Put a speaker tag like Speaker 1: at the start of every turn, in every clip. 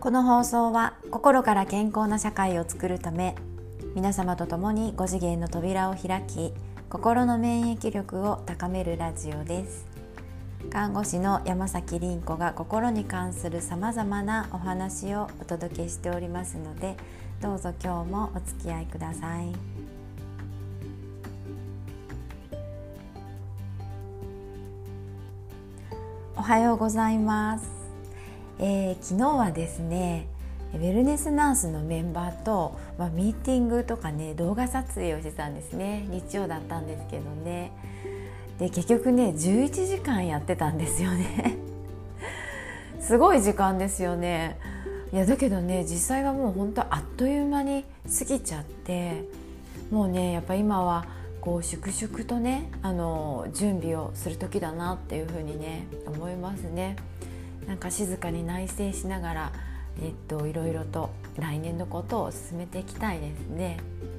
Speaker 1: この放送は心から健康な社会を作るため、皆様と共に5次元の扉を開き、心の免疫力を高めるラジオです。看護師の山崎凛子が心に関するさまざまなお話をお届けしておりますので、どうぞ今日もお付き合いください。おはようございます。昨日はですね、ウェルネスナースのメンバーと、ミーティングとかね、動画撮影をしてたんですね。日曜だったんですけどね。で、結局ね、11時間やってたんですよね。すごい時間ですよね。いやだけどね、実際はもう本当あっという間に過ぎちゃって、もうね、やっぱ今はこう粛々とね、準備をする時だなっていうふうにね思いますね。なんか静かに内省しながら、いろいろと来年のことを進めていきたいですね。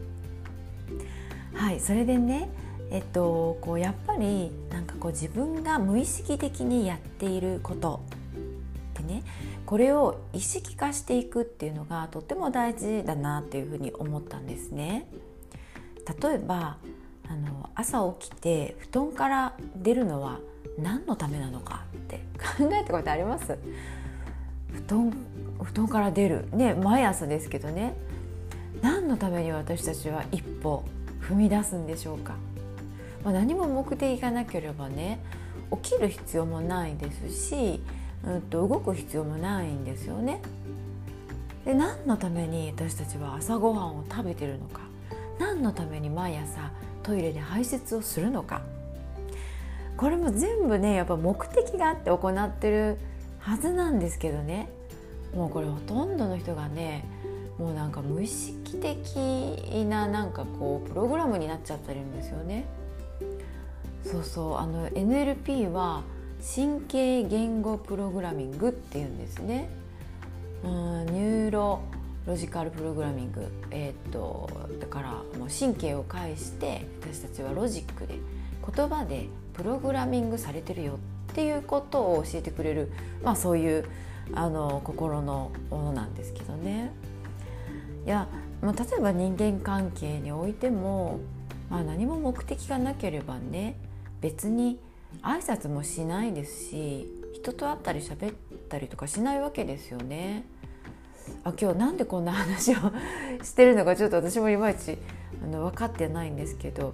Speaker 1: はい、それでね、こうやっぱりなんかこう自分が無意識的にやっていることでね、これを意識化していくっていうのがとっても大事だなっていうふうに思ったんですね。例えば朝起きて布団から出るのは何のためなのかって考えたことあります？布団から出るね、毎朝ですけどね、何のために私たちは一歩踏み出すんでしょうか。何も目的がなければね、起きる必要もないですし、動く必要もないんですよね。で、何のために私たちは朝ごはんを食べてるのか、何のために毎朝トイレで排泄をするのか、これも全部ね、やっぱ目的があって行ってるはずなんですけどね、もうこれほとんどの人がね、もうなんか無意識的ななんかこうプログラムになっちゃってるんですよね。そうそう、NLP は神経言語プログラミングっていうんですね。ニューロロジカルプログラミング、だからもう神経を介して私たちはロジックで言葉でプログラミングされてるよっていうことを教えてくれる、そういう心のものなんですけどね。いや、例えば人間関係においても、何も目的がなければね、別に挨拶もしないですし、人と会ったり喋ったりとかしないわけですよね。今日なんでこんな話をしてるのかちょっと私もいまいち分かってないんですけど、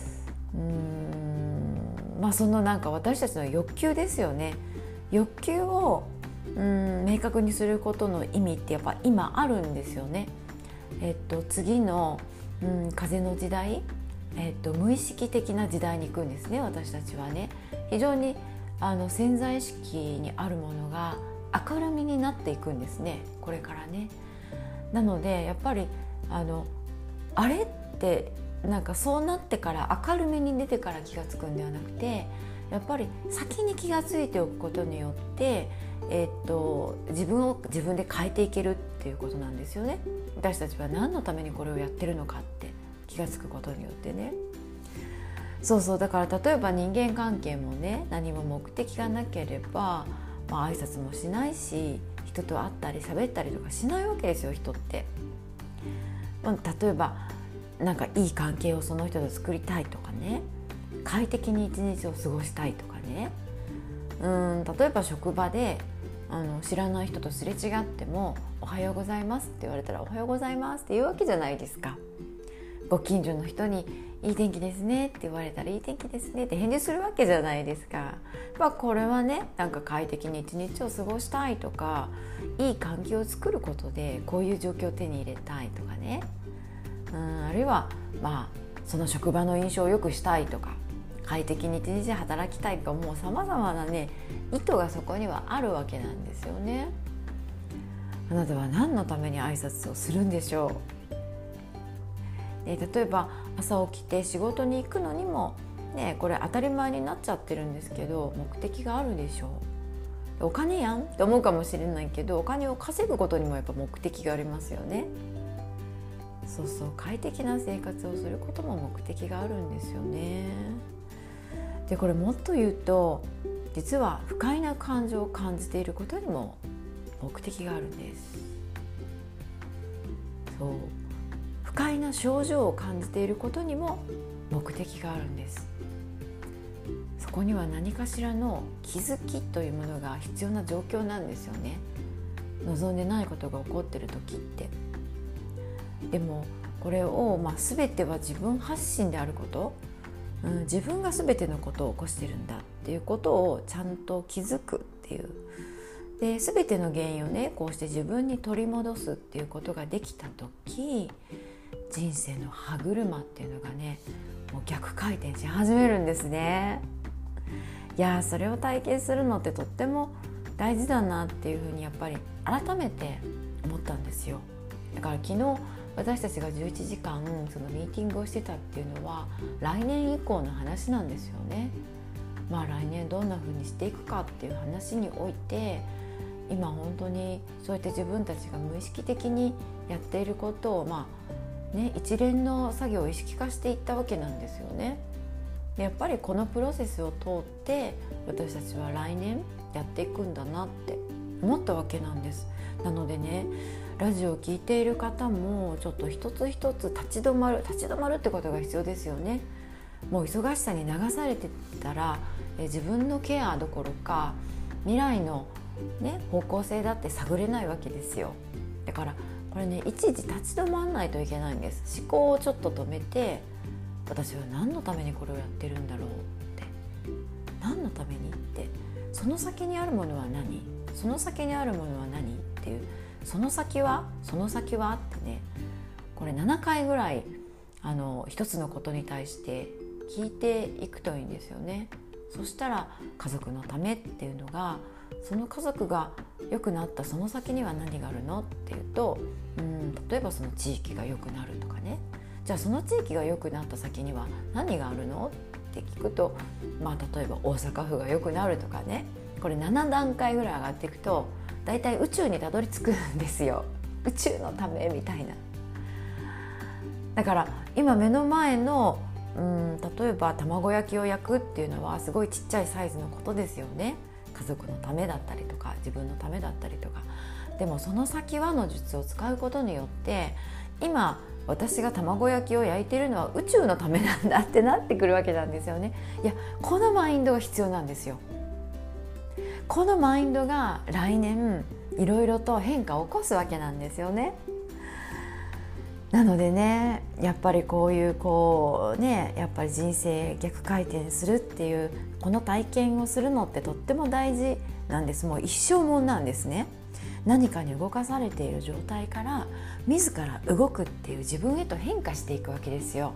Speaker 1: そのなんか私たちの欲求ですよね。欲求を明確にすることの意味ってやっぱ今あるんですよね。次の、風の時代、無意識的な時代に行くんですね。私たちはね、非常に潜在意識にあるものが明るみになっていくんですね、これからね。なのでやっぱりあれってなんかそうなってから明るみに出てから気がつくんではなくて、やっぱり先に気がついておくことによって、自分を自分で変えていけるっていうことなんですよね。私たちは何のためにこれをやってるのかって気がつくことによってね。そうそう、だから例えば人間関係もね、何も目的がなければ、挨拶もしないし、人と会ったり喋ったりとかしないわけですよ、人って。例えばなんかいい関係をその人と作りたいとかね、快適に一日を過ごしたいとかね、例えば職場で知らない人とすれ違ってもおはようございますって言われたらおはようございますって言うわけじゃないですか。ご近所の人にいい天気ですねって言われたらいい天気ですねって返事するわけじゃないですか。これはね、なんか快適に一日を過ごしたいとか、いい環境を作ることでこういう状況を手に入れたいとかね、あるいはその職場の印象を良くしたいとか、快適に一日働きたいとか、もうさまざまなね意図がそこにはあるわけなんですよね。あなたは何のために挨拶をするんでしょう。例えば朝起きて仕事に行くのにもね、これ当たり前になっちゃってるんですけど、目的があるでしょう。お金やんって思うかもしれないけど、お金を稼ぐことにもやっぱ目的がありますよね。そうそう、快適な生活をすることも目的があるんですよね。で、これもっと言うと、実は不快な感情を感じていることにも目的があるんです。そう、不快な症状を感じていることにも目的があるんです。そこには何かしらの気づきというものが必要な状況なんですよね。望んでないことが起こっている時って。でもこれを、全ては自分発信であること、自分が全てのことを起こしてるんだっていうことをちゃんと気づくっていう。で、全ての原因をね、こうして自分に取り戻すっていうことができた時、人生の歯車っていうのがね、もう逆回転し始めるんですね。いや、それを体験するのってとっても大事だなっていうふうにやっぱり改めて思ったんですよ。だから昨日私たちが11時間そのミーティングをしてたっていうのは来年以降の話なんですよね。来年どんなふうにしていくかっていう話において、今本当にそうやって自分たちが無意識的にやっていることを一連の作業を意識化していったわけなんですよね。でやっぱりこのプロセスを通って私たちは来年やっていくんだなって思ったわけなんです。なのでね、ラジオを聞いている方もちょっと一つ一つ立ち止まるってことが必要ですよね。もう忙しさに流されてたら自分のケアどころか未来の、方向性だって探れないわけですよ。だからこれね、いちいち立ち止まらないといけないんです。思考をちょっと止めて、私は何のためにこれをやってるんだろうって、何のためにって、その先にあるものは何、その先にあるものは何っていう、その先はってね、これ7回ぐらい一つのことに対して聞いていくといいんですよね。そしたら家族のためっていうのが、その家族が良くなったその先には何があるのっていうと、例えばその地域が良くなるとかね。じゃあその地域が良くなった先には何があるのって聞くと、例えば大阪府が良くなるとかね。これ7段階ぐらい上がっていくとだいたい宇宙にたどり着くんですよ。宇宙のためみたいな。だから今目の前の例えば卵焼きを焼くっていうのはすごいちっちゃいサイズのことですよね。家族のためだったりとか自分のためだったりとか。でもその先はの術を使うことによって、今私が卵焼きを焼いているのは宇宙のためなんだってなってくるわけなんですよね。いや、このマインドが必要なんですよ。このマインドが来年いろいろと変化を起こすわけなんですよね。なのでね、やっぱりこういうやっぱり人生逆回転するっていうこの体験をするのってとっても大事なんです。もう一生もんなんですね。何かに動かされている状態から自ら動くっていう自分へと変化していくわけですよ。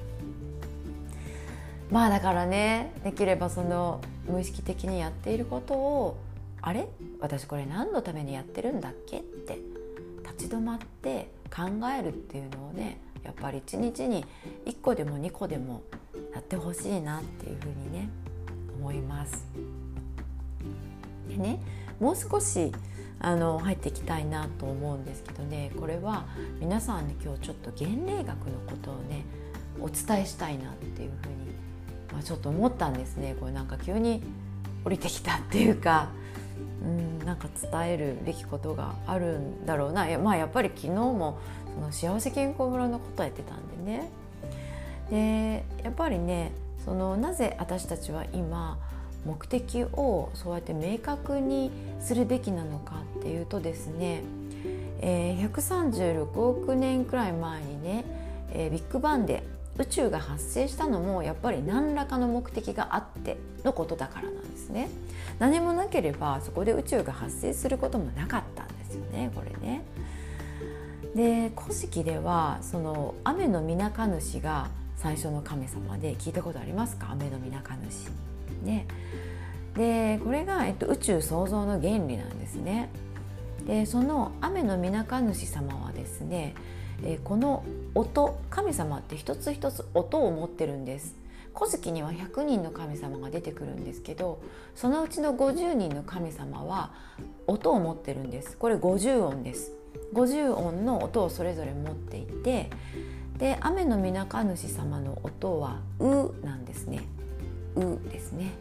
Speaker 1: だからね、できればその無意識的にやっていることを、あれ、私これ何のためにやってるんだっけって立ち止まって考えるっていうのをね、やっぱり1日に1個でも2個でもやってほしいなっていうふうにね思います。でね、もう少し入っていきたいなと思うんですけどね、これは皆さんに今日ちょっと原霊学のことをねお伝えしたいなっていうふうに、ちょっと思ったんですね。これなんか急に降りてきたっていうか、なんか伝えるべきことがあるんだろうな。やっぱり昨日もその幸せ健康村のことやってたんでね。でやっぱりね、なぜ私たちは今目的をそうやって明確にするべきなのかっていうとですね、136億年くらい前にね、ビッグバンで宇宙が発生したのもやっぱり何らかの目的があってのことだからなんですね。何もなければそこで宇宙が発生することもなかったんですよね、これね。で、古事記ではその雨の水主が最初の神様で、聞いたことありますか？雨の水主ね。でこれが、宇宙創造の原理なんですね。でその雨の水主様はですね、この音、神様って一つ一つ音を持ってるんです。古事記には100人の神様が出てくるんですけど、そのうちの50人の神様は音を持ってるんです。これ50音です。50音の音をそれぞれ持っていて、で雨の水主様の音はうなんですね。うですね。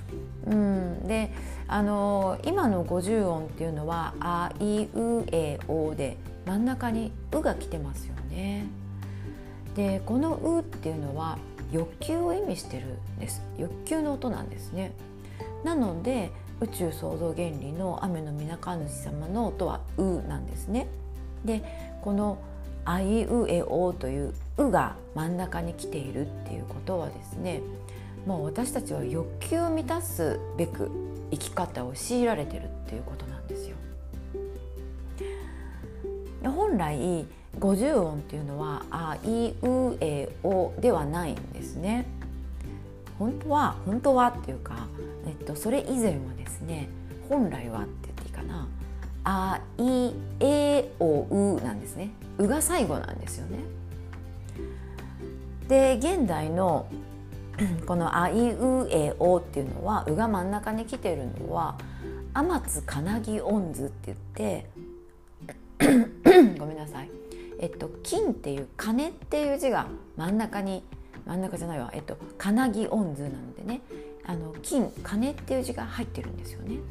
Speaker 1: で今の50音っていうのはあいうえおで真ん中にうが来てますよね。でこのうっていうのは欲求を意味してるんです。欲求の音なんですね。なので宇宙創造原理の雨の皆神主様の音はうなんですね。でこのあいうえおといううが真ん中に来ているっていうことはですね、もう私たちは欲求を満たすべく生き方を強いられてるっていうことなんですよ。本来50音っていうのはあいうえおではないんですね。本当はっていうか、それ以前はですね、本来はって言っていいかな、あいえおうなんですね。うが最後なんですよね。で現代のこのあいうえおっていうのはうが真ん中に来ているのは天津かなぎ音図って言ってごめんなさい、金っていう金っていう字が真ん中じゃないわ、かなぎ音図なのでね、金金っていう字が入ってるんですよね。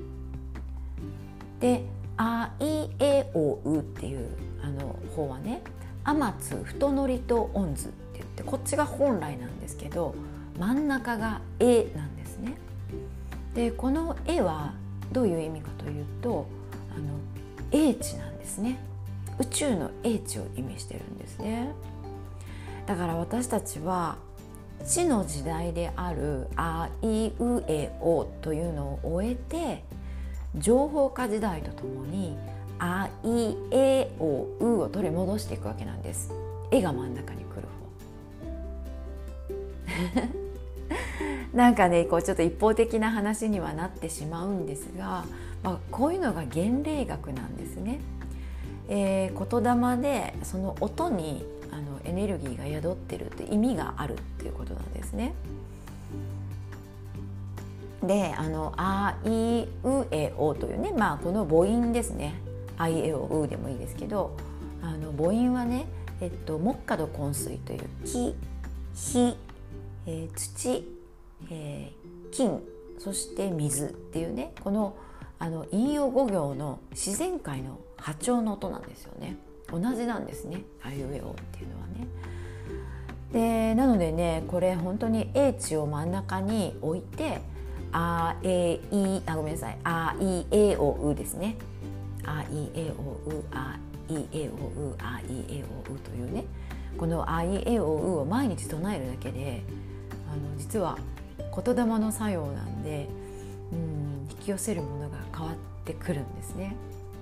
Speaker 1: であいえおうっていう方はね、天津太のりと音図って言ってこっちが本来なんですけど真ん中がえなんですね。でこのえはどういう意味かというと英知なんですね。宇宙の英知を意味してるんですね。だから私たちは知の時代であるあいうえおというのを終えて情報化時代とともにあいえおうを取り戻していくわけなんです。えが真ん中に来る方なんかね、こうちょっと一方的な話にはなってしまうんですが、こういうのが原例学なんですね。言霊でその音にエネルギーが宿ってるって意味があるっていうことなんですね。であいうえおというね、この母音ですね、あいえおうでもいいですけど、母音はね、木火土金水という木、火、土、金、そして水っていうね、この陰陽五行の自然界の波長の音なんですよね。同じなんですね、あいうえおっていうのはね。でなのでね、これ本当に英知を真ん中に置いてあいえおうですね。あいえおう、あいえおう、あいえおうというね、このあいえおうを毎日唱えるだけで実は言霊の作用なんで、引き寄せるものが変わってくるんですね。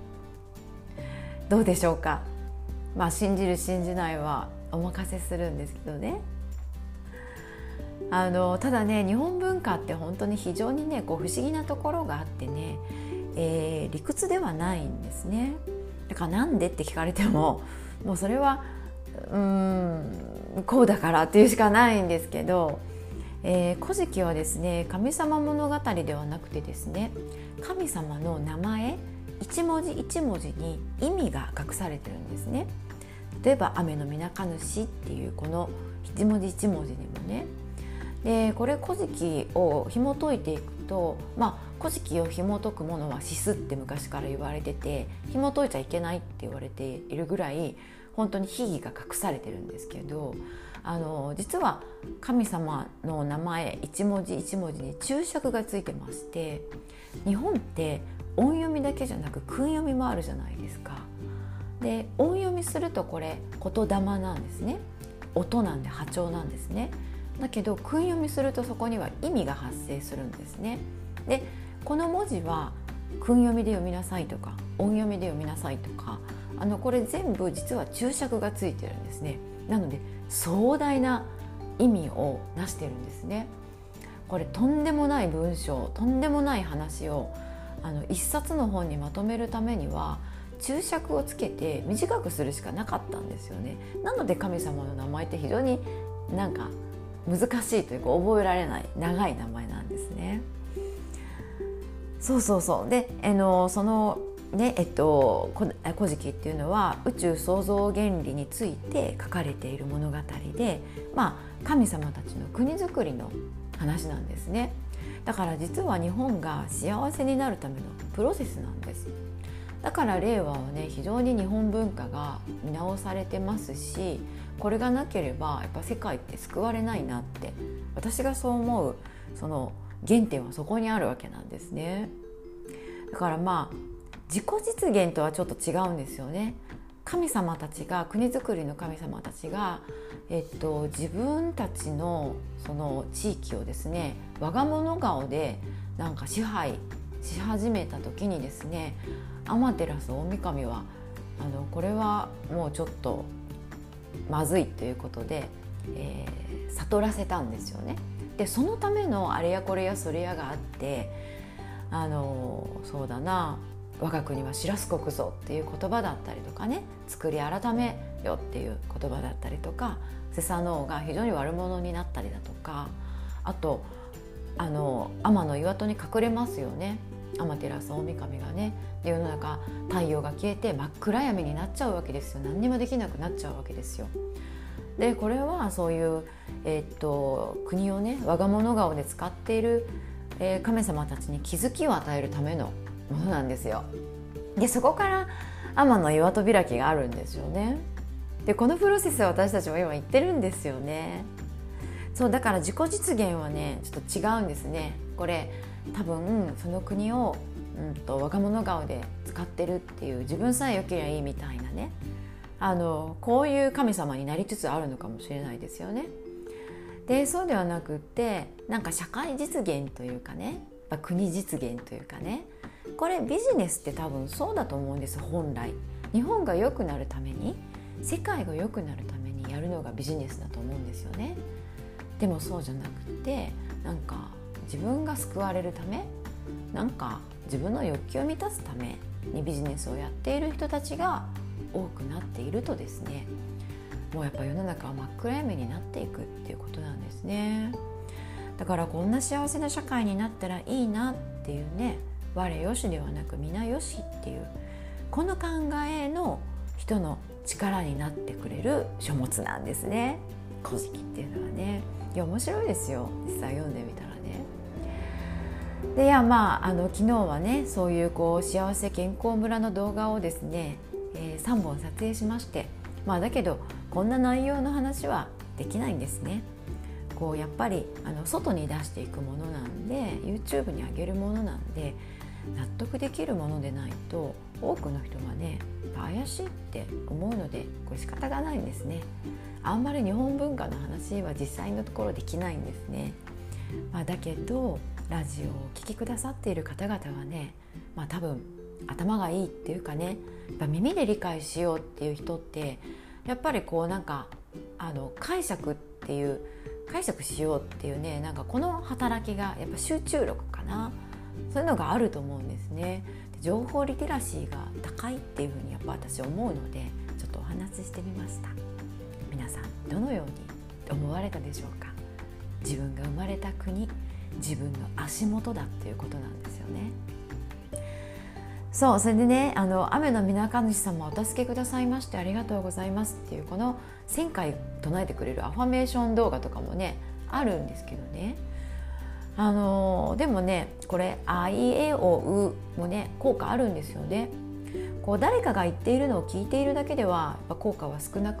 Speaker 1: どうでしょうか。信じる信じないはお任せするんですけどね。ただね、日本文化って本当に非常にね不思議なところがあってね、理屈ではないんですね。だからなんでって聞かれてももうそれはこうだからっていうしかないんですけど、古事記はですね、神様物語ではなくてですね、神様の名前一文字一文字に意味が隠されてるんですね。例えば雨の皆神主っていうこの一文字一文字にもね、でこれ古事記を紐解いていくと、古事記を紐解くものは死すって昔から言われてて、紐解いちゃいけないって言われているぐらい本当に秘義が隠されてるんですけど、実は神様の名前一文字一文字に注釈がついてまして、日本って音読みだけじゃなく訓読みもあるじゃないですか。で音読みするとこれ言霊なんですね。音なんで波長なんですね。だけど訓読みするとそこには意味が発生するんですね。でこの文字は訓読みで読みなさいとか音読みで読みなさいとか、これ全部実は注釈がついてるんですね。なので壮大な意味をなしてるんですね。これとんでもない文章、とんでもない話を一冊の本にまとめるためには注釈をつけて短くするしかなかったんですよね。なので神様の名前って非常に難しいというか覚えられない長い名前なんですね。そうでそのね古事記っていうのは宇宙創造原理について書かれている物語で、神様たちの国づくりの話なんですね。 だから実は日本が幸せになるためのプロセスなんです。だから令和はね、非常に日本文化が見直されてますし、これがなければやっぱ世界って救われないなって、私がそう思うその原点はそこにあるわけなんですね。だから自己実現とはちょっと違うんですよね。神様たちが、国づくりの神様たちが、自分たちのその地域をですね、我が物顔でなんか支配し始めた時にですね、天照大神はこれはもうちょっとまずいということで、悟らせたんですよね。でそのためのあれやこれやそれやがあって、そうだな、我が国はシラス国ぞっていう言葉だったりとかね、作り改めよっていう言葉だったりとか、スサノオが非常に悪者になったりだとか、あと天の岩戸に隠れますよね、天照大神がね。で世の中太陽が消えて真っ暗闇になっちゃうわけですよ。何にもできなくなっちゃうわけですよ。でこれはそういう、国をね我が物顔で使っている、神様たちに気づきを与えるためのものなんですよ。でそこから天の岩戸開きがあるんですよね。でこのプロセスは私たちも今言ってるんですよね。そうだから自己実現はねちょっと違うんですね。これ多分その国を、我が物顔で使ってるっていう、自分さえ良ければいいみたいなね、こういう神様になりつつあるのかもしれないですよね。でそうではなくって、なんか社会実現というかね、国実現というかね、これビジネスって多分そうだと思うんです。本来日本が良くなるために、世界が良くなるためにやるのがビジネスだと思うんですよね。でもそうじゃなくて、なんか自分が救われるため、なんか自分の欲求を満たすためにビジネスをやっている人たちが多くなっているとですね、もうやっぱ世の中は真っ暗闇になっていくっていうことなんですね。だからこんな幸せな社会になったらいいなっていうね、我よしではなく皆よしっていうこの考えの人の力になってくれる書物なんですね、古事記っていうのはね。いや面白いですよ、実際読んでみたらね。でいや昨日はね、そういう幸せ健康村の動画をですね、3本撮影しまして、だけどこんな内容の話はできないんですね。やっぱり外に出していくものなんで、 YouTube に上げるものなんで、納得できるものでないと多くの人がね怪しいって思うので、これ仕方がないんですね。あんまり日本文化の話は実際のところできないんですね。だけどラジオをお聞きくださっている方々はね、多分頭がいいっていうかね、やっぱ耳で理解しようっていう人ってやっぱりなんか解釈しようっていうね、なんかこの働きがやっぱ集中力かな、そういうのがあると思うんですね。情報リテラシーが高いっていうふうにやっぱ私思うので、ちょっとお話ししてみました。皆さんどのように思われたでしょうか。自分が生まれた国、自分の足元だっていうことなんですよね。それでね、雨の皆神主様お助けくださいましてありがとうございますっていう、この1000回唱えてくれるアファメーション動画とかもねあるんですけどね、でもね、これあいえおうもね効果あるんですよね。誰かが言っているのを聞いているだけではやっぱ効果は少なくって、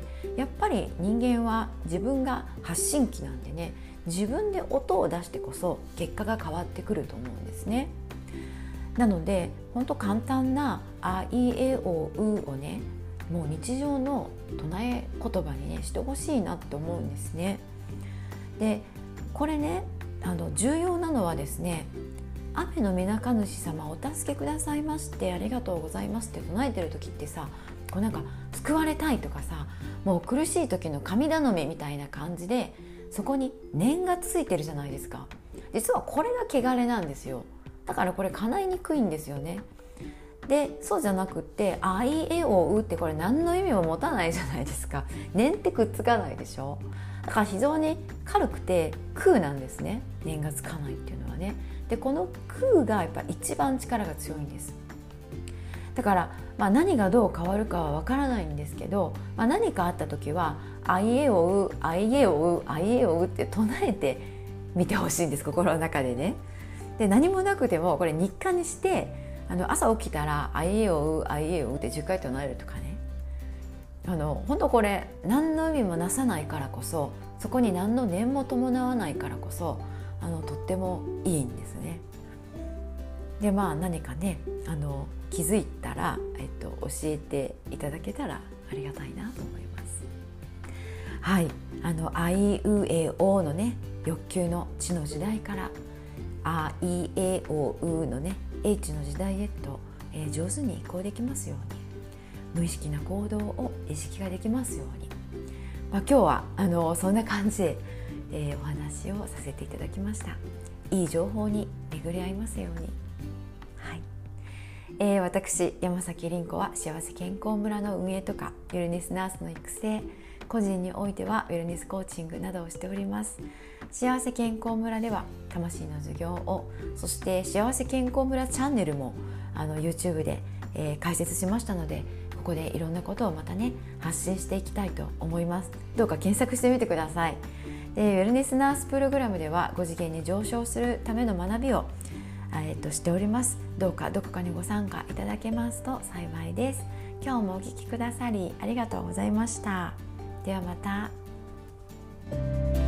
Speaker 1: やっぱり人間は自分が発信機なんでね、自分で音を出してこそ結果が変わってくると思うんですね。なので本当簡単なあいえおうをね、もう日常の唱え言葉にねしてほしいなって思うんですね。でこれね重要なのはですね、雨の皆神主様お助けくださいましてありがとうございますって唱えてる時ってさ、なんか救われたいとかさ、もう苦しい時の神頼みみたいな感じでそこに念がついてるじゃないですか。実はこれが汚れなんですよ。だからこれ叶いにくいんですよね。でそうじゃなくってあいえおうってこれ何の意味も持たないじゃないですか。念ってくっつかないでしょ。だから非常に軽くて空なんですね、念がつかないっていうのはね。でこの空がやっぱ一番力が強いんです。だから、何がどう変わるかはわからないんですけど、何かあった時はあいえおうあいえおうあいえおうって唱えて見てほしいんです、心の中でね。で何もなくてもこれ日課にして朝起きたらあいうえおうあいうえおうって10回唱えるとかね。本当これ何の意味もなさないからこそ、そこに何の念も伴わないからこそとってもいいんですね。で何かね気づいたら、教えていただけたらありがたいなと思います。はい、あいうえおのね欲求の地の時代からあいえおうのね英知の時代へと、上手に移行できますように、無意識な行動を意識ができますように、今日はそんな感じで、お話をさせていただきました。いい情報に巡り合いますように。はい、私山崎凛子は幸せ健康村の運営とかウェルネスナースの育成、個人においてはウェルネスコーチングなどをしております。幸せ健康村では魂の授業を、そして幸せ健康村チャンネルもYouTube で、開設しましたので、ここでいろんなことをまたね発信していきたいと思います。どうか検索してみてください。でウェルネスナースプログラムでは5次元に上昇するための学びを、しております。どうかどこかにご参加いただけますと幸いです。今日もお聞きくださりありがとうございました。ではまた。